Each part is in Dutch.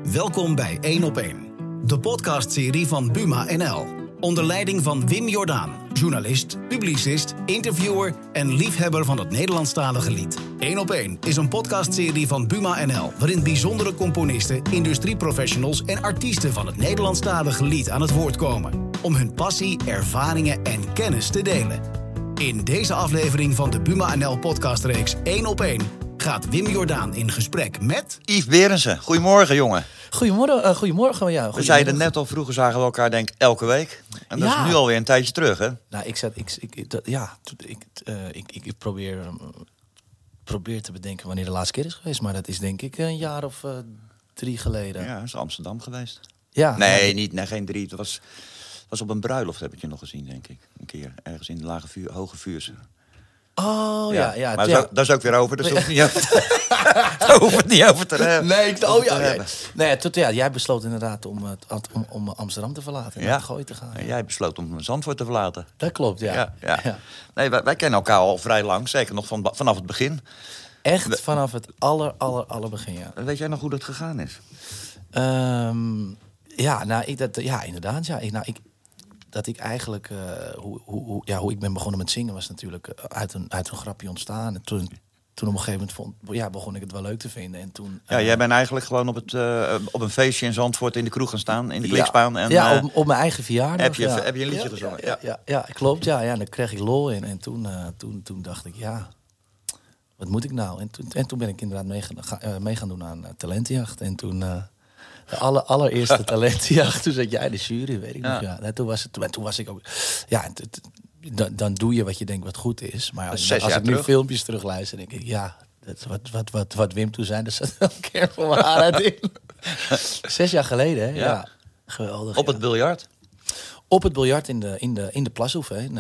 Welkom bij 1 op 1, de podcastserie van Buma NL. Onder leiding van Wim Jordaan, journalist, publicist, interviewer en liefhebber van het Nederlandstalige lied. 1 op 1 is een podcastserie van Buma NL... waarin bijzondere componisten, industrieprofessionals en artiesten van het Nederlandstalige lied aan het woord komen. Om hun passie, ervaringen en kennis te delen. In deze aflevering van de Buma NL podcastreeks 1 op 1... gaat Wim Jordaan in gesprek met... Yves Berensen. Goedemorgen, jongen. Goedemorgen. Ja, we zeiden net al, vroeger zagen we elkaar denk ik elke week. En dat is nu alweer een tijdje terug, hè? Nou, ik probeer te bedenken wanneer de laatste keer is geweest. Maar dat is denk ik een jaar of 3 geleden. Ja, dat is Amsterdam geweest. Ja. Geen 3. Het was op een bruiloft, heb ik je nog gezien, denk ik. Een keer, ergens in de Hoge Vuursche. Oh, ja. Maar dat is ook weer over, dus daar hoeven we het niet over te hebben. Nee, jij besloot inderdaad om Amsterdam te verlaten en naar Gooi te gaan. En jij besloot om Zandvoort te verlaten. Dat klopt, ja. Nee, wij kennen elkaar al vrij lang, zeker nog vanaf het begin. Echt vanaf het aller begin, ja. Weet jij nog hoe dat gegaan is? Inderdaad, ja. Dat ik eigenlijk, hoe ik ben begonnen met zingen was natuurlijk uit een grapje ontstaan. En toen op een gegeven moment begon ik het wel leuk te vinden. En toen, jij bent eigenlijk gewoon op een feestje in Zandvoort in de kroeg gaan staan, in de klikspaan. En, op mijn eigen verjaardag. Heb je een liedje gezongen? Ja, klopt. Ja, en daar kreeg ik lol in. En toen dacht ik, wat moet ik nou? En toen ben ik inderdaad mee gaan doen aan Talentenjacht. En toen... de allereerste Talentenjacht, toen zat jij in de jury, weet ik nog. Ja. En toen was ik ook... Ja, dan doe je wat je denkt wat goed is. Maar als ik nu filmpjes terugluister, denk ik... wat Wim toen zei, daar zat een keer voor mijn waarheid in. 6 jaar geleden, hè? Ja. Geweldig. Op het biljart? Op het biljart in de Plashoef, hè?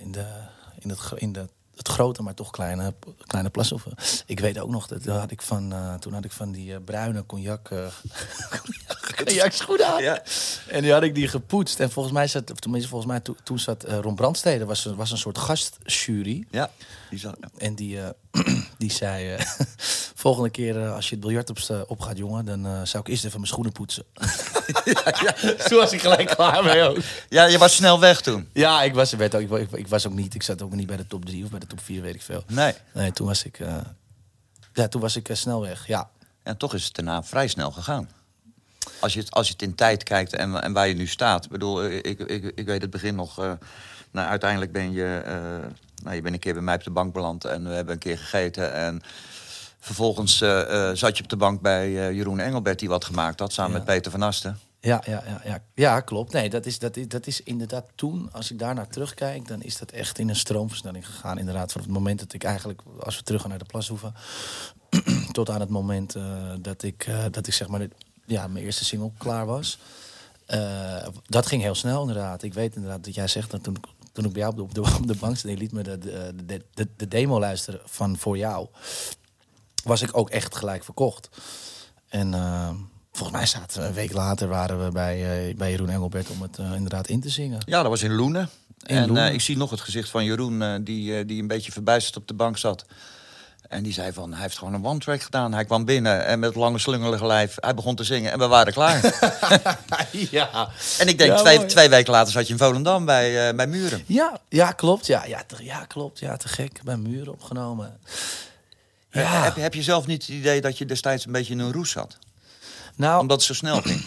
Het grote, maar toch kleine Plashoeven. Ik weet ook nog, toen had ik van die bruine cognac schoenen aan. Ja. En die had ik gepoetst. En volgens mij toen zat Ron Brandstede, was een soort gastjury. Ja. Die zat, ja. En die zei, volgende keer als je het biljart op gaat, jongen, dan zou ik eerst even mijn schoenen poetsen. Toen was ik gelijk klaar mee ook. Ja, je was snel weg toen. Ja, ik zat ook niet bij de top 3 of bij de top 4, weet ik veel. Nee, toen was ik snel weg, ja. En toch is het daarna vrij snel gegaan. Als je het in tijd kijkt en waar je nu staat. Ik bedoel, ik weet het begin nog. Uiteindelijk ben je... je bent een keer bij mij op de bank beland en we hebben een keer gegeten. En vervolgens zat je op de bank bij Jeroen Engelbert, die wat gemaakt had, samen met Peter van Asten. Ja, klopt. Nee, dat is inderdaad toen, als ik daarnaar terugkijk, dan is dat echt in een stroomversnelling gegaan. Inderdaad, vanaf het moment dat ik eigenlijk, als we terug gaan naar de Plashoeven, tot aan het moment dat ik zeg maar, mijn eerste single klaar was. Dat ging heel snel inderdaad. Ik weet inderdaad dat jij zegt dat toen ik bij jou op de bank zat en je liet me de demo luisteren van Voor Jou, was ik ook echt gelijk verkocht. En volgens mij zaten we een week later waren we bij Jeroen Engelbert om het inderdaad in te zingen. Ja, dat was in Loenen. Ik zie nog het gezicht van Jeroen die een beetje verbijsterd op de bank zat. En die zei van, hij heeft gewoon een one-track gedaan. Hij kwam binnen en met het lange slungelige lijf, hij begon te zingen en we waren klaar. Ja. En ik denk, twee weken later zat je in Volendam bij Muren. Ja, klopt. Ja, klopt. Ja, te gek. Bij Muren opgenomen. Ja. Heb je zelf niet het idee dat je destijds een beetje in een roes zat? Nou, omdat het zo snel ging?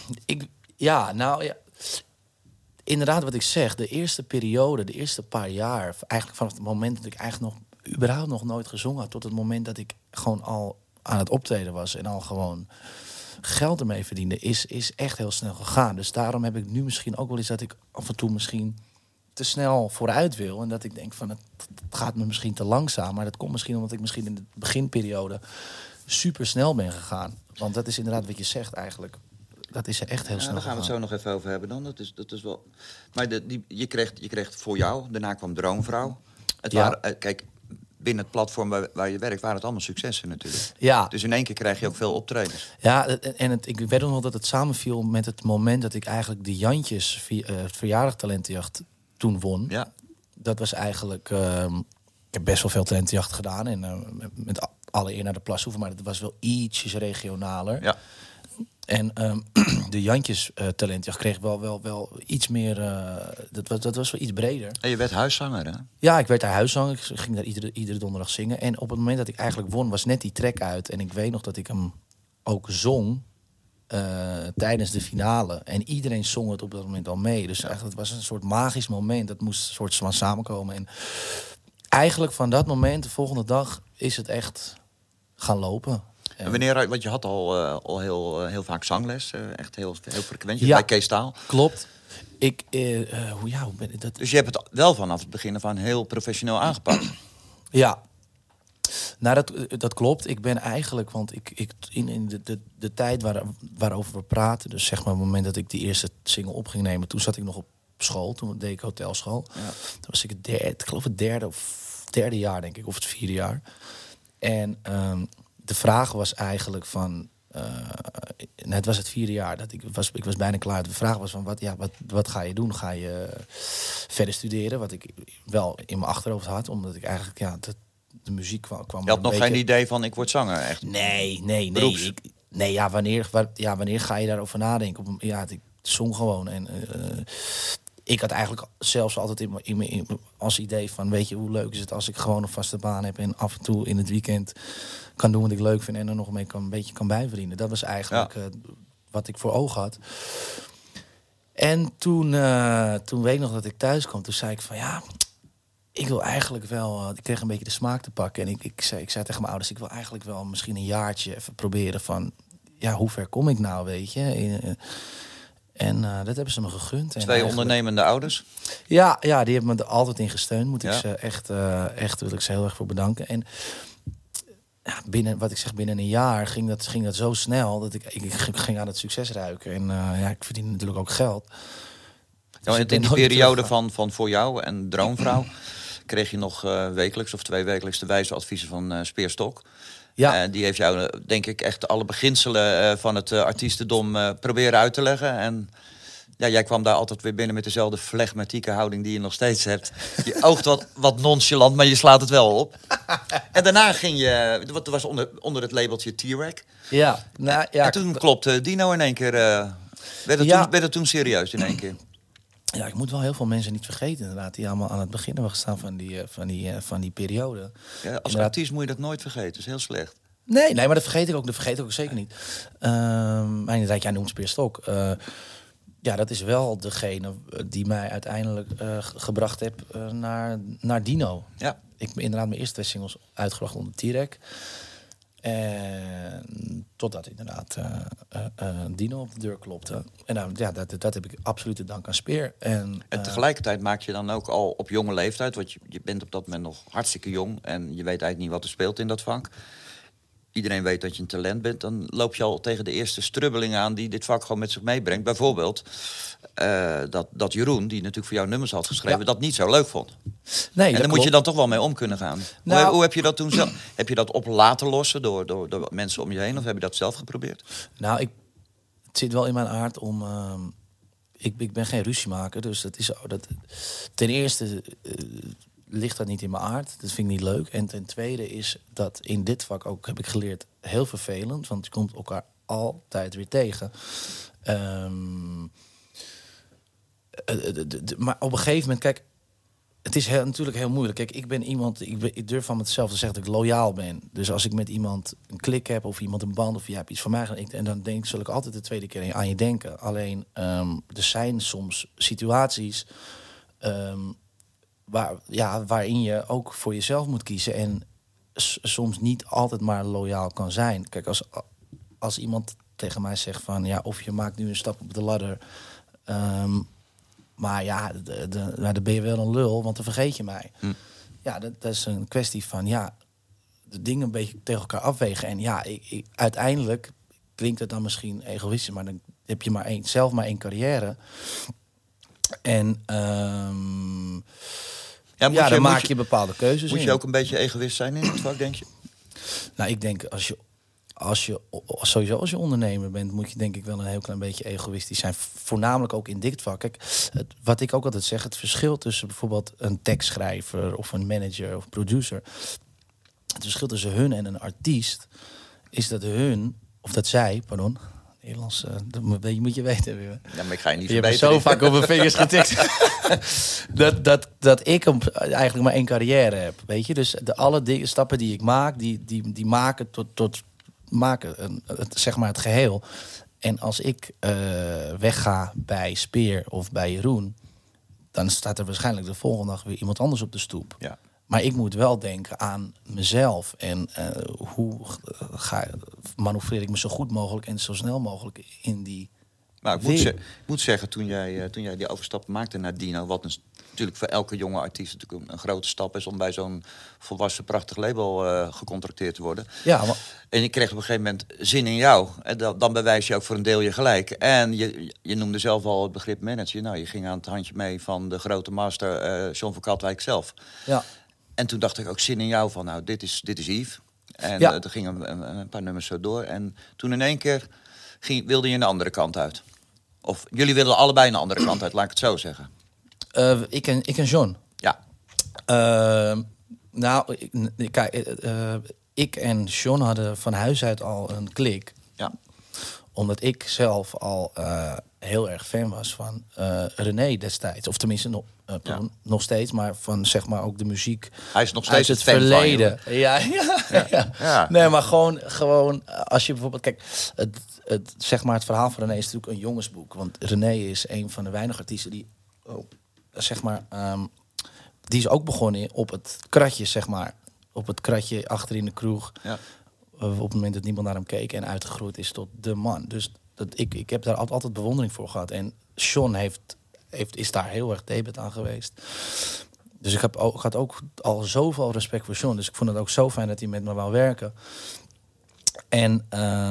Inderdaad wat ik zeg. De eerste periode, de eerste paar jaar, eigenlijk vanaf het moment dat ik eigenlijk überhaupt nog nooit gezongen had, tot het moment dat ik gewoon al aan het optreden was en al gewoon geld ermee verdiende, is echt heel snel gegaan. Dus daarom heb ik nu misschien ook wel eens dat ik af en toe misschien te snel vooruit wil. En dat ik denk van, het gaat me misschien te langzaam. Maar dat komt misschien omdat ik misschien in de beginperiode super snel ben gegaan. Want dat is inderdaad wat je zegt eigenlijk. Dat is er echt heel snel. Daar gaan we het zo nog even over hebben dan. Dat is wel. Maar je kreeg Voor Jou, daarna kwam Droomvrouw. Kijk, binnen het platform waar je werkt waren het allemaal successen natuurlijk. Ja. Dus in één keer krijg je ook veel optredens. Ja, en ik weet nog wel dat het samenviel met het moment dat ik eigenlijk de Jantjes het verjaardag Talentenjacht toen won. Ja. Dat was eigenlijk... ik heb best wel veel Talentenjacht gedaan. En met alle eer naar de Plashoeven. Maar het was wel ietsjes regionaler. Ja. En de Jantjes talentjacht kreeg wel iets meer... dat was wel iets breder. En je werd huiszanger, hè? Ja, ik werd daar huiszanger. Ik ging daar iedere donderdag zingen. En op het moment dat ik eigenlijk won, was net die track uit. En ik weet nog dat ik hem ook zong tijdens de finale. En iedereen zong het op dat moment al mee. Dus eigenlijk, het was een soort magisch moment. Dat moest een soort van samenkomen. En eigenlijk van dat moment, de volgende dag, is het echt gaan lopen. En wanneer, want je had al heel vaak zangles, echt heel frequent. Ja. Bij Kees Staal. Klopt. Hoe ben ik dat? Dus je hebt het wel vanaf het begin van heel professioneel aangepakt. Ja. Nou, dat klopt. Ik ben eigenlijk, want in de tijd waarover we praten, dus zeg maar het moment dat ik die eerste single op ging nemen, toen zat ik nog op school, toen deed ik hotelschool. Ja. Toen was ik ik geloof het derde jaar, denk ik, of het 4e jaar. En de vraag was eigenlijk van, het was het 4e jaar, dat ik was bijna klaar. De vraag was van, wat ga je doen? Ga je verder studeren? Wat ik wel in mijn achterhoofd had, omdat ik eigenlijk, de muziek kwam je had nog geen idee van, ik word zanger, echt? Nee. Wanneer ga je daarover nadenken? Ik zong gewoon. En ik had eigenlijk zelfs altijd als idee van, weet je, hoe leuk is het als ik gewoon een vaste baan heb en af en toe in het weekend kan doen wat ik leuk vind en er nog mee een beetje kan bijverdienen. Dat was eigenlijk wat ik voor ogen had. En toen weet ik nog dat ik thuis kwam. Toen zei ik van, ik wil eigenlijk wel... ik kreeg een beetje de smaak te pakken. En ik zei tegen mijn ouders, ik wil eigenlijk wel misschien een jaartje even proberen van, hoe ver kom ik nou, weet je? En dat hebben ze me gegund. 2 ondernemende ouders? Ja, die hebben me er altijd in gesteund. Moet ik ze echt wil ik ze heel erg voor bedanken. En binnen een jaar ging dat zo snel dat ik ging aan het succes ruiken. En ik verdien natuurlijk ook geld. Dus in die periode van Voor Jou en Droomvrouw kreeg je nog wekelijks of 2 wekelijks de wijze adviezen van Speer Stok. Ja. Die heeft jou, denk ik, echt alle beginselen van het artiestendom proberen uit te leggen. En jij kwam daar altijd weer binnen met dezelfde flegmatieke houding die je nog steeds hebt. Je oogt wat nonchalant, maar je slaat het wel op. En daarna ging je, wat was onder het labeltje T-Rack. Ja. En toen klopte Dino in één keer. Werd het toen serieus in één keer? Ja, ik moet wel heel veel mensen niet vergeten, inderdaad, die allemaal aan het begin hebben gestaan van die periode. Ja, als artiest moet je dat nooit vergeten, dat is heel slecht. Nee, maar dat vergeet ik ook zeker niet. Maar inderdaad, jij noemt Speer Stok. Dat is wel degene die mij uiteindelijk gebracht heeft naar Dino. Ja. Ik ben inderdaad mijn eerste 2 singles uitgebracht onder T-Rack. En totdat inderdaad Dino op de deur klopte. En dat heb ik absoluut te danken aan Speer. En tegelijkertijd maak je dan ook al op jonge leeftijd, want je bent op dat moment nog hartstikke jong en je weet eigenlijk niet wat er speelt in dat vak. Iedereen weet dat je een talent bent. Dan loop je al tegen de eerste strubbelingen aan die dit vak gewoon met zich meebrengt. Bijvoorbeeld dat Jeroen, die natuurlijk voor jou nummers had geschreven, dat niet zo leuk vond. Nee, en daar moet je dan toch wel mee om kunnen gaan. Hoe heb je dat toen zelf? Heb je dat op laten lossen door mensen om je heen? Of heb je dat zelf geprobeerd? Nou, het zit wel in mijn aard om... Ik ben geen ruziemaker, dus ten eerste... ligt dat niet in mijn aard. Dat vind ik niet leuk. En ten tweede is dat in dit vak ook, heb ik geleerd, heel vervelend. Want je komt elkaar altijd weer tegen. Maar op een gegeven moment, kijk, het is natuurlijk heel moeilijk. Kijk, ik ben iemand, ik durf van mezelf te zeggen dat ik loyaal ben. Dus als ik met iemand een klik heb of iemand een band of je hebt iets van mij gedaan, en dan zul ik altijd de tweede keer aan je denken. Alleen, er zijn soms situaties... waarin je ook voor jezelf moet kiezen en soms niet altijd maar loyaal kan zijn. Kijk, als iemand tegen mij zegt van of je maakt nu een stap op de ladder, maar dan ben je wel een lul, want dan vergeet je mij. Ja, dat is een kwestie van de dingen een beetje tegen elkaar afwegen. En uiteindelijk klinkt het dan misschien egoïstisch, maar dan heb je zelf maar één carrière. En dan maak je bepaalde keuzes. Moet je ook een beetje egoïst zijn in het vak, denk je? Nou, ik denk als je ondernemer bent, moet je denk ik wel een heel klein beetje egoïstisch zijn. Voornamelijk ook in dit vak. Kijk, wat ik ook altijd zeg, het verschil tussen bijvoorbeeld een tekstschrijver of een manager of producer. Het verschil tussen hun en een artiest is dat zij, Nederlands, dat moet je weten. Wim. Ja, maar ik ga je niet Je hebt verbeteren. zo vaak op mijn vingers getikt. dat ik eigenlijk maar 1 carrière heb. Weet je? Dus alle stappen die ik maak, die maken zeg maar het geheel. En als ik wegga bij Speer of bij Jeroen, dan staat er waarschijnlijk de volgende dag weer iemand anders op de stoep. Ja. Maar ik moet wel denken aan mezelf. En hoe manoeuvreer ik me zo goed mogelijk en zo snel mogelijk in die... Maar ik moet zeggen, toen jij die overstap maakte naar Dino, wat natuurlijk voor elke jonge artiest natuurlijk een grote stap is om bij zo'n volwassen prachtig label gecontracteerd te worden. Ja, maar... En je kreeg op een gegeven moment zin in jou. En dan bewijs je ook voor een deel je gelijk. En je noemde zelf al het begrip manager. Nou, je ging aan het handje mee van de grote master John van Katwijk zelf. Ja. En toen dacht ik ook zin in jou van, nou, dit is Yves. En er gingen een paar nummers zo door. En toen in één keer wilde je een andere kant uit. Of jullie wilden allebei een andere kant uit, laat ik het zo zeggen. Ik en John. Ja. Ik en John hadden van huis uit al een klik. Ja. Omdat ik zelf al heel erg fan was van René destijds. Of tenminste nog steeds, maar van zeg maar ook de muziek. Hij is nog steeds uit het fan verleden. van je. Ja. Nee, maar gewoon als je bijvoorbeeld... Kijk, zeg maar het verhaal van René is natuurlijk een jongensboek. Want René is een van de weinige artiesten die... die is ook begonnen op het kratje, zeg maar. Op het kratje achter in de kroeg. Ja. Op het moment dat niemand naar hem keek en uitgegroeid is tot de man. Dus ik heb daar altijd bewondering voor gehad. En Sean is daar heel erg debet aan geweest. Dus ik had ook al zoveel respect voor Sean. Dus ik vond het ook zo fijn dat hij met me wou werken. En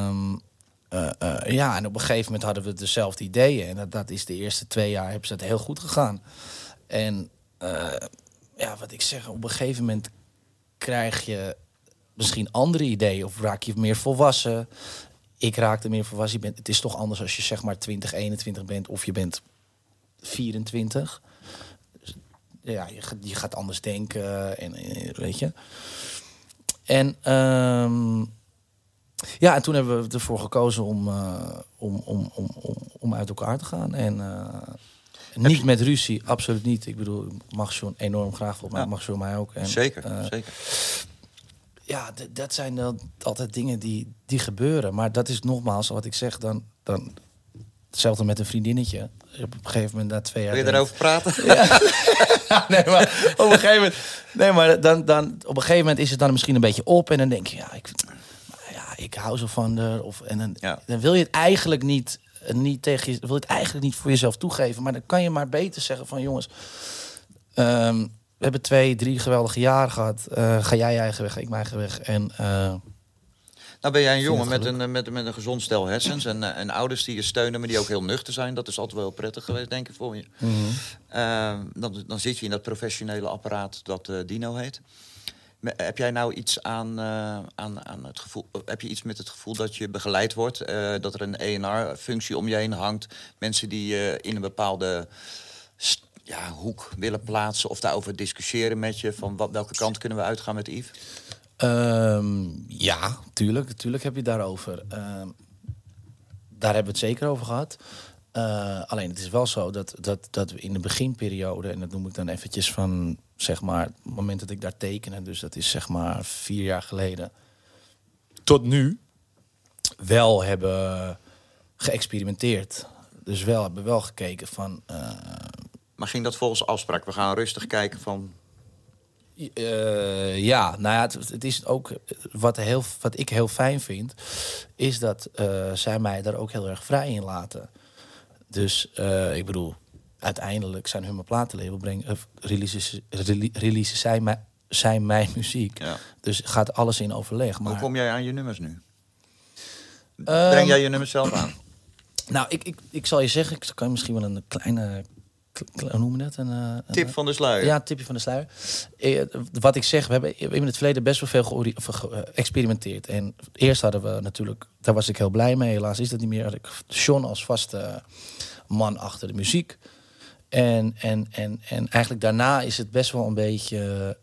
en op een gegeven moment hadden we dezelfde ideeën. En dat is de eerste 2 jaar hebben ze het heel goed gegaan. En wat ik zeg, op een gegeven moment krijg je misschien andere ideeën of raak je meer volwassen. Ik raakte meer volwassen. Het is toch anders als je zeg maar 20, 21 bent of je bent 24. Dus, ja, je gaat anders denken en weet je. En en toen hebben we ervoor gekozen om uit elkaar te gaan. En niet met ruzie, absoluut niet. Ik bedoel, ik mag John enorm graag, volgens mij mag John mij ook. En, Zeker. Ja, dat zijn dan altijd dingen die gebeuren. Maar dat is nogmaals, wat ik zeg, dan hetzelfde met een vriendinnetje. Op een gegeven moment na 2 jaar... Wil je daarover praten? Ja. Nee, maar op een gegeven moment... Nee, maar dan op een gegeven moment is het dan misschien een beetje op. En dan denk je, ik hou zo van haar. Dan wil je het eigenlijk niet tegen je... Wil je het eigenlijk niet voor jezelf toegeven. Maar dan kan je maar beter zeggen van, jongens... we hebben 2, 3 geweldige jaren gehad. Ga jij je eigen weg, ga ik mijn eigen weg. En... Nou ben jij een jongen met een gezond stel hersens en ouders die je steunen, maar die ook heel nuchter zijn. Dat is altijd wel heel prettig geweest, denk ik, voor je. Mm-hmm. Dan zit je in dat professionele apparaat dat Dino heet. Heb jij nou iets aan het gevoel? Heb je iets met het gevoel dat je begeleid wordt? Dat er een ENR-functie om je heen hangt? Mensen die in een bepaalde hoek willen plaatsen of daarover discussiëren met je? Van welke kant kunnen we uitgaan met Yves? Ja, tuurlijk heb je daarover. Daar hebben we het zeker over gehad. Alleen het is wel zo dat we in de beginperiode... en dat noem ik dan eventjes van, zeg maar... het moment dat ik daar tekende, dus dat is zeg maar 4 jaar geleden... tot nu, wel hebben geëxperimenteerd. Dus hebben wel gekeken van... Maar ging dat volgens afspraak? We gaan rustig kijken van... het is ook wat ik heel fijn vind, is dat zij mij daar ook heel erg vrij in laten. Dus ik bedoel, uiteindelijk zijn hun mijn platenlabel brengen, releasen zij mijn muziek. Ja. Dus gaat alles in overleg. Maar... Hoe kom jij aan je nummers nu? Breng jij je nummers zelf aan? Nou, ik zal je zeggen, ik kan misschien wel een kleine... Hoe noem je dat? Tip van de sluier. Ja, tipje van de sluier. Wat ik zeg, we hebben in het verleden best wel veel geëxperimenteerd. En eerst hadden we natuurlijk, daar was ik heel blij mee. Helaas is dat niet meer. Had ik John als vaste man achter de muziek. En eigenlijk daarna is het best wel een beetje,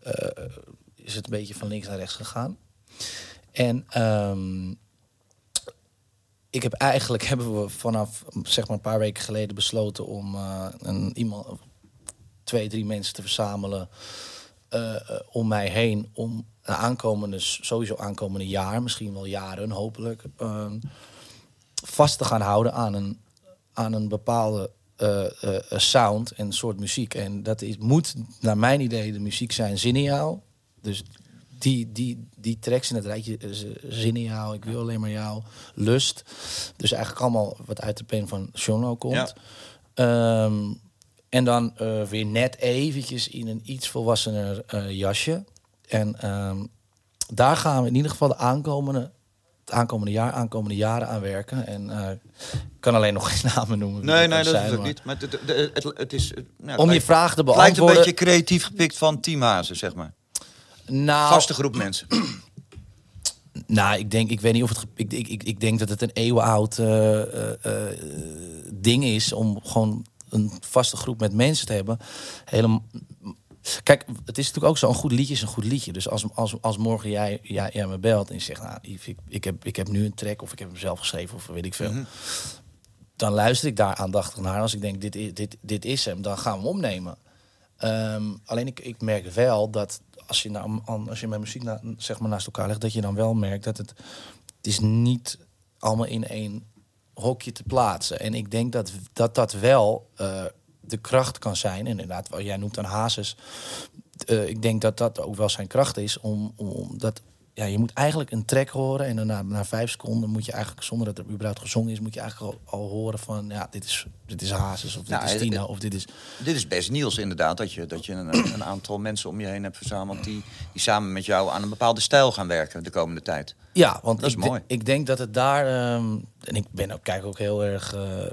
van links naar rechts gegaan. En hebben we vanaf zeg maar een paar weken geleden besloten om 2-3 mensen te verzamelen om mij heen. Om sowieso aankomende jaar, misschien wel jaren hopelijk, vast te gaan houden aan een bepaalde sound en soort muziek. En dat moet naar mijn idee de muziek zijn Zin in jou. Dus die tracks in het rijtje, Zin in jou, Ik wil alleen maar jou, Lust. Dus eigenlijk allemaal wat uit de pen van Sean komt. Ja. En dan weer net eventjes in een iets volwassener jasje. En daar gaan we in ieder geval het aankomende jaren aan werken. En ik kan alleen nog geen namen noemen. Nee, dat is ook niet. Maar het is... om je vraag te beantwoorden... Het lijkt een beetje creatief gepikt van Team Hazen, zeg maar. Nou, vaste groep mensen. Nou, ik weet niet of het... Ik denk dat het een eeuwenoud ding is om gewoon een vaste groep met mensen te hebben. Kijk, het is natuurlijk ook zo, een goed liedje is een goed liedje. Dus als morgen jij me belt en je zegt, nou, ik heb nu een track of ik heb hem zelf geschreven of weet ik veel. Mm-hmm. Dan luister ik daar aandachtig naar. Als ik denk, dit is hem, dan gaan we hem opnemen. Alleen ik merk wel dat als je met muziek zeg maar naast elkaar legt, dat je dan wel merkt dat het is niet allemaal in één hokje te plaatsen. En ik denk dat wel de kracht kan zijn. En inderdaad, wat jij noemt dan Hazes. Ik denk dat ook wel zijn kracht is. Omdat je moet eigenlijk een track horen. En dan na 5 seconden moet je eigenlijk, zonder dat er überhaupt gezongen is, moet je eigenlijk al horen van, ja, dit is Hazes of dit is Tina of dit is... Dit is best nieuws inderdaad. Dat je een aantal mensen om je heen hebt verzameld die samen met jou aan een bepaalde stijl gaan werken de komende tijd. Ja, want dat is mooi. Ik denk dat het daar... en ik kijk ook heel erg...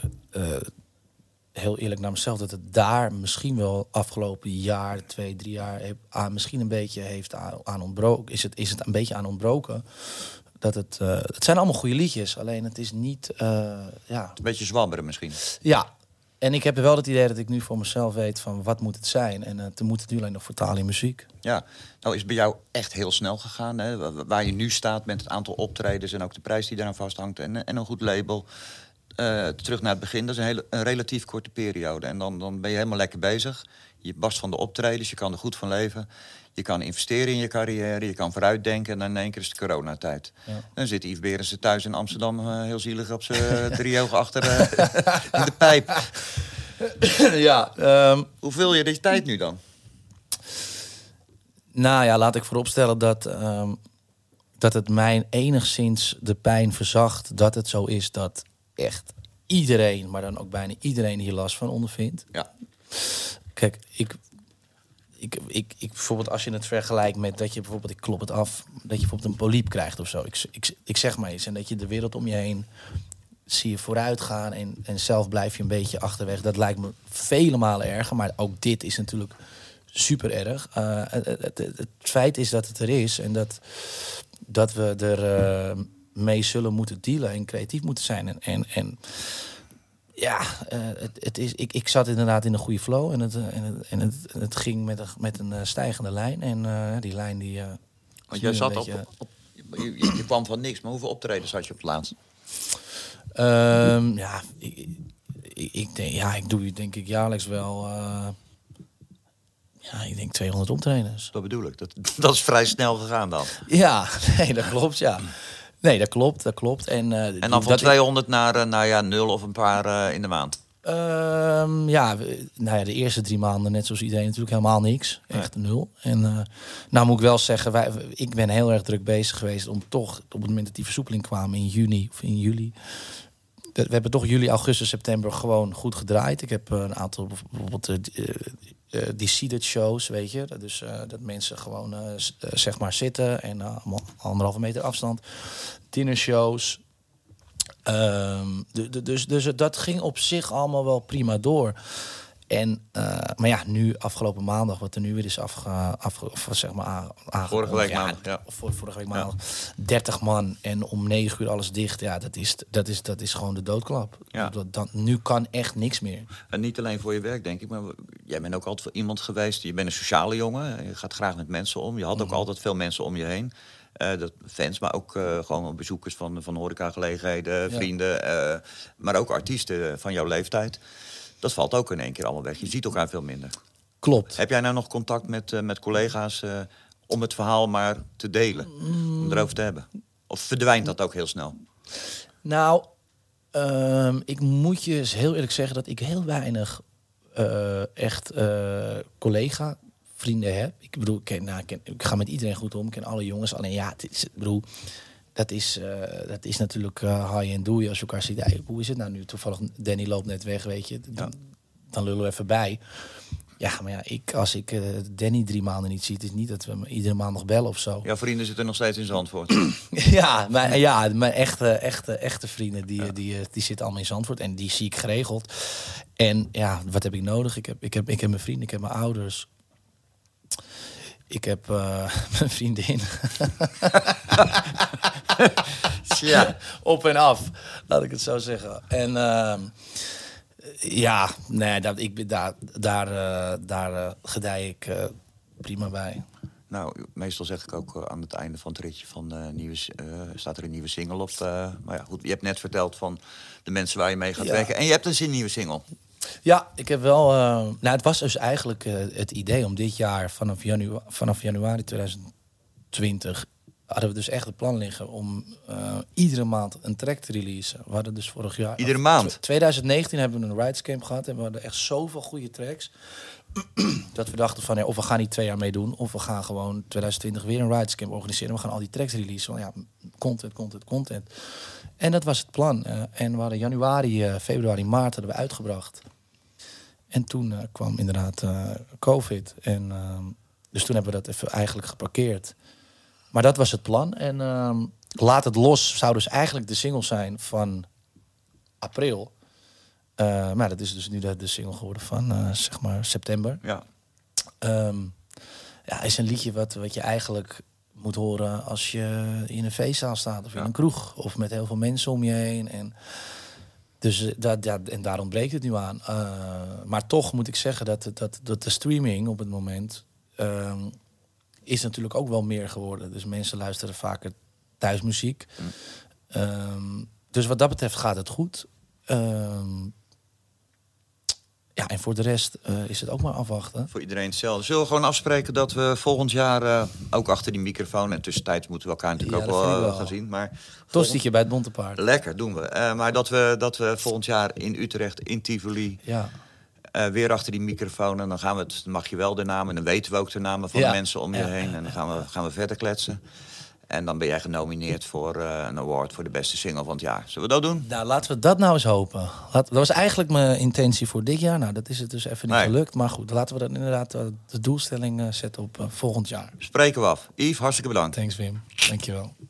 heel eerlijk naar mezelf, dat het daar misschien wel afgelopen jaar, 2-3 jaar misschien een beetje heeft aan ontbroken. Is het een beetje aan ontbroken? Dat het zijn allemaal goede liedjes, alleen het is niet... Een beetje zwabberen misschien. Ja, en ik heb wel het idee dat ik nu voor mezelf weet van wat moet het zijn. En het moet het nu alleen nog vertalen in muziek. Ja, nou is het bij jou echt heel snel gegaan. Hè? Waar je nu staat met het aantal optredens en ook de prijs die daaraan vasthangt en een goed label. Terug naar het begin, dat is een relatief korte periode. En dan ben je helemaal lekker bezig. Je barst van de optredens, je kan er goed van leven. Je kan investeren in je carrière, je kan vooruitdenken. En dan in één keer is het coronatijd. Ja. Dan zit Yves Berensen thuis in Amsterdam heel zielig op zijn 3 ogen achter in de pijp. Ja, hoe vul je deze tijd nu dan? Nou ja, laat ik vooropstellen dat het mij enigszins de pijn verzacht dat het zo is dat echt iedereen, maar dan ook bijna iedereen hier last van ondervindt. Ja. Kijk, ik bijvoorbeeld als je het vergelijkt met dat je bijvoorbeeld, ik klop het af, dat je bijvoorbeeld een polyp krijgt of zo. Ik zeg maar eens. En dat je de wereld om je heen zie je vooruit gaan en zelf blijf je een beetje achterweg. Dat lijkt me vele malen erger, maar ook dit is natuurlijk super erg. Het feit is dat het er is en dat we er mee zullen moeten dealen en creatief moeten zijn. En ja, het is. Ik zat inderdaad in een goede flow en het ging met een stijgende lijn. En die lijn die... Want jij zat beetje... je kwam van niks, maar hoeveel optredens had je op het laatst? Ik doe denk ik jaarlijks wel... ik denk 200 optredens. Dat bedoel ik. Dat is vrij snel gegaan dan. Ja, nee, dat klopt, ja. Nee, dat klopt. En dan van 200 naar 0 of een paar in de maand? De eerste 3 maanden, net zoals iedereen, natuurlijk helemaal niks. Echt 0. En nou moet ik wel zeggen, ik ben heel erg druk bezig geweest om toch, op het moment dat die versoepeling kwam in juni of in juli... We hebben toch juli, augustus, september gewoon goed gedraaid. Ik heb een aantal bijvoorbeeld die seated shows, weet je. Dus dat mensen gewoon zeg maar zitten en 1,5 meter afstand. Dinnershows. Dus dat ging op zich allemaal wel prima door. En, maar ja, nu afgelopen maandag, wat er nu weer is vorige week maandag, ja. Vorige week maandag. 30 man en om 9 uur alles dicht. Ja, dat is gewoon de doodklap. Ja. Nu kan echt niks meer. En niet alleen voor je werk, denk ik, maar jij bent ook altijd iemand geweest. Je bent een sociale jongen. Je gaat graag met mensen om. Je had ook altijd veel mensen om je heen. Dat fans, maar ook gewoon bezoekers van horecagelegenheden, vrienden. Maar ook artiesten van jouw leeftijd. Dat valt ook in één keer allemaal weg. Je ziet elkaar veel minder. Klopt. Heb jij nou nog contact met collega's om het verhaal maar te delen? Om erover te hebben? Of verdwijnt dat ook heel snel? Nou, ik moet je eens heel eerlijk zeggen dat ik heel weinig echt collega-vrienden heb. Ik bedoel, ik ga met iedereen goed om. Ik ken alle jongens. Alleen ja, dat is natuurlijk high en doei als je elkaar ziet. Hey, hoe is het nou nu? Toevallig, Danny loopt net weg, weet je. Dan lullen we even bij. Ja, maar ja, als ik Danny 3 maanden niet zie, het is niet dat we hem iedere maand nog bellen of zo. Jouw vrienden zitten nog steeds in Zandvoort. Mijn echte vrienden, die zitten allemaal in Zandvoort. En die zie ik geregeld. En ja, wat heb ik nodig? Ik heb mijn vrienden, ik heb mijn ouders. Ik heb mijn vriendin. Ja. Op en af, laat ik het zo zeggen. En daar gedij ik prima bij. Nou, meestal zeg ik ook aan het einde van het ritje van staat er een nieuwe single op. Maar ja, goed, je hebt net verteld van de mensen waar je mee gaat werken. En je hebt dus een nieuwe single. Ja, ik heb wel... het was dus eigenlijk het idee om dit jaar vanaf januari 2020... hadden we dus echt het plan liggen om iedere maand een track te releasen. We hadden dus vorig jaar... Iedere maand? 2019 hebben we een Rides Camp gehad en we hadden echt zoveel goede tracks... dat we dachten van, of we gaan niet 2 jaar meedoen... of we gaan gewoon 2020 weer een Rides Camp organiseren. We gaan al die tracks releasen. Want ja, content. En dat was het plan. En we hadden januari, februari, maart hadden we uitgebracht. En toen kwam inderdaad COVID. En dus toen hebben we dat even eigenlijk geparkeerd. Maar dat was het plan. En Laat het los zou dus eigenlijk de single zijn van april. Maar dat is dus nu de single geworden van zeg maar september. Ja. Is een liedje wat je eigenlijk moet horen als je in een feestzaal staat of in een kroeg of met heel veel mensen om je heen. En dus en daar ontbreekt het nu aan. Maar toch moet ik zeggen dat de streaming op het moment is natuurlijk ook wel meer geworden. Dus mensen luisteren vaker thuismuziek. Dus wat dat betreft gaat het goed. En voor de rest is het ook maar afwachten. Voor iedereen hetzelfde. Zullen we gewoon afspreken dat we volgend jaar ook achter die microfoon... en tussentijds moeten we elkaar natuurlijk ook wel gaan zien. Maar Tostietje bij het Bonte Paard. Lekker, doen we. Maar dat we volgend jaar in Utrecht, in Tivoli... weer achter die microfoon. En dan gaan we dan mag je wel de namen. En dan weten we ook de namen van de mensen om je heen. En dan gaan we verder kletsen. En dan ben jij genomineerd voor een award voor de beste single van het jaar. Zullen we dat doen? Nou, laten we dat nou eens hopen. Dat was eigenlijk mijn intentie voor dit jaar. Nou, dat is het dus even niet gelukt. Maar goed, laten we dan inderdaad de doelstelling zetten op volgend jaar. Spreken we af. Yves, hartstikke bedankt. Thanks, Wim. Dankjewel.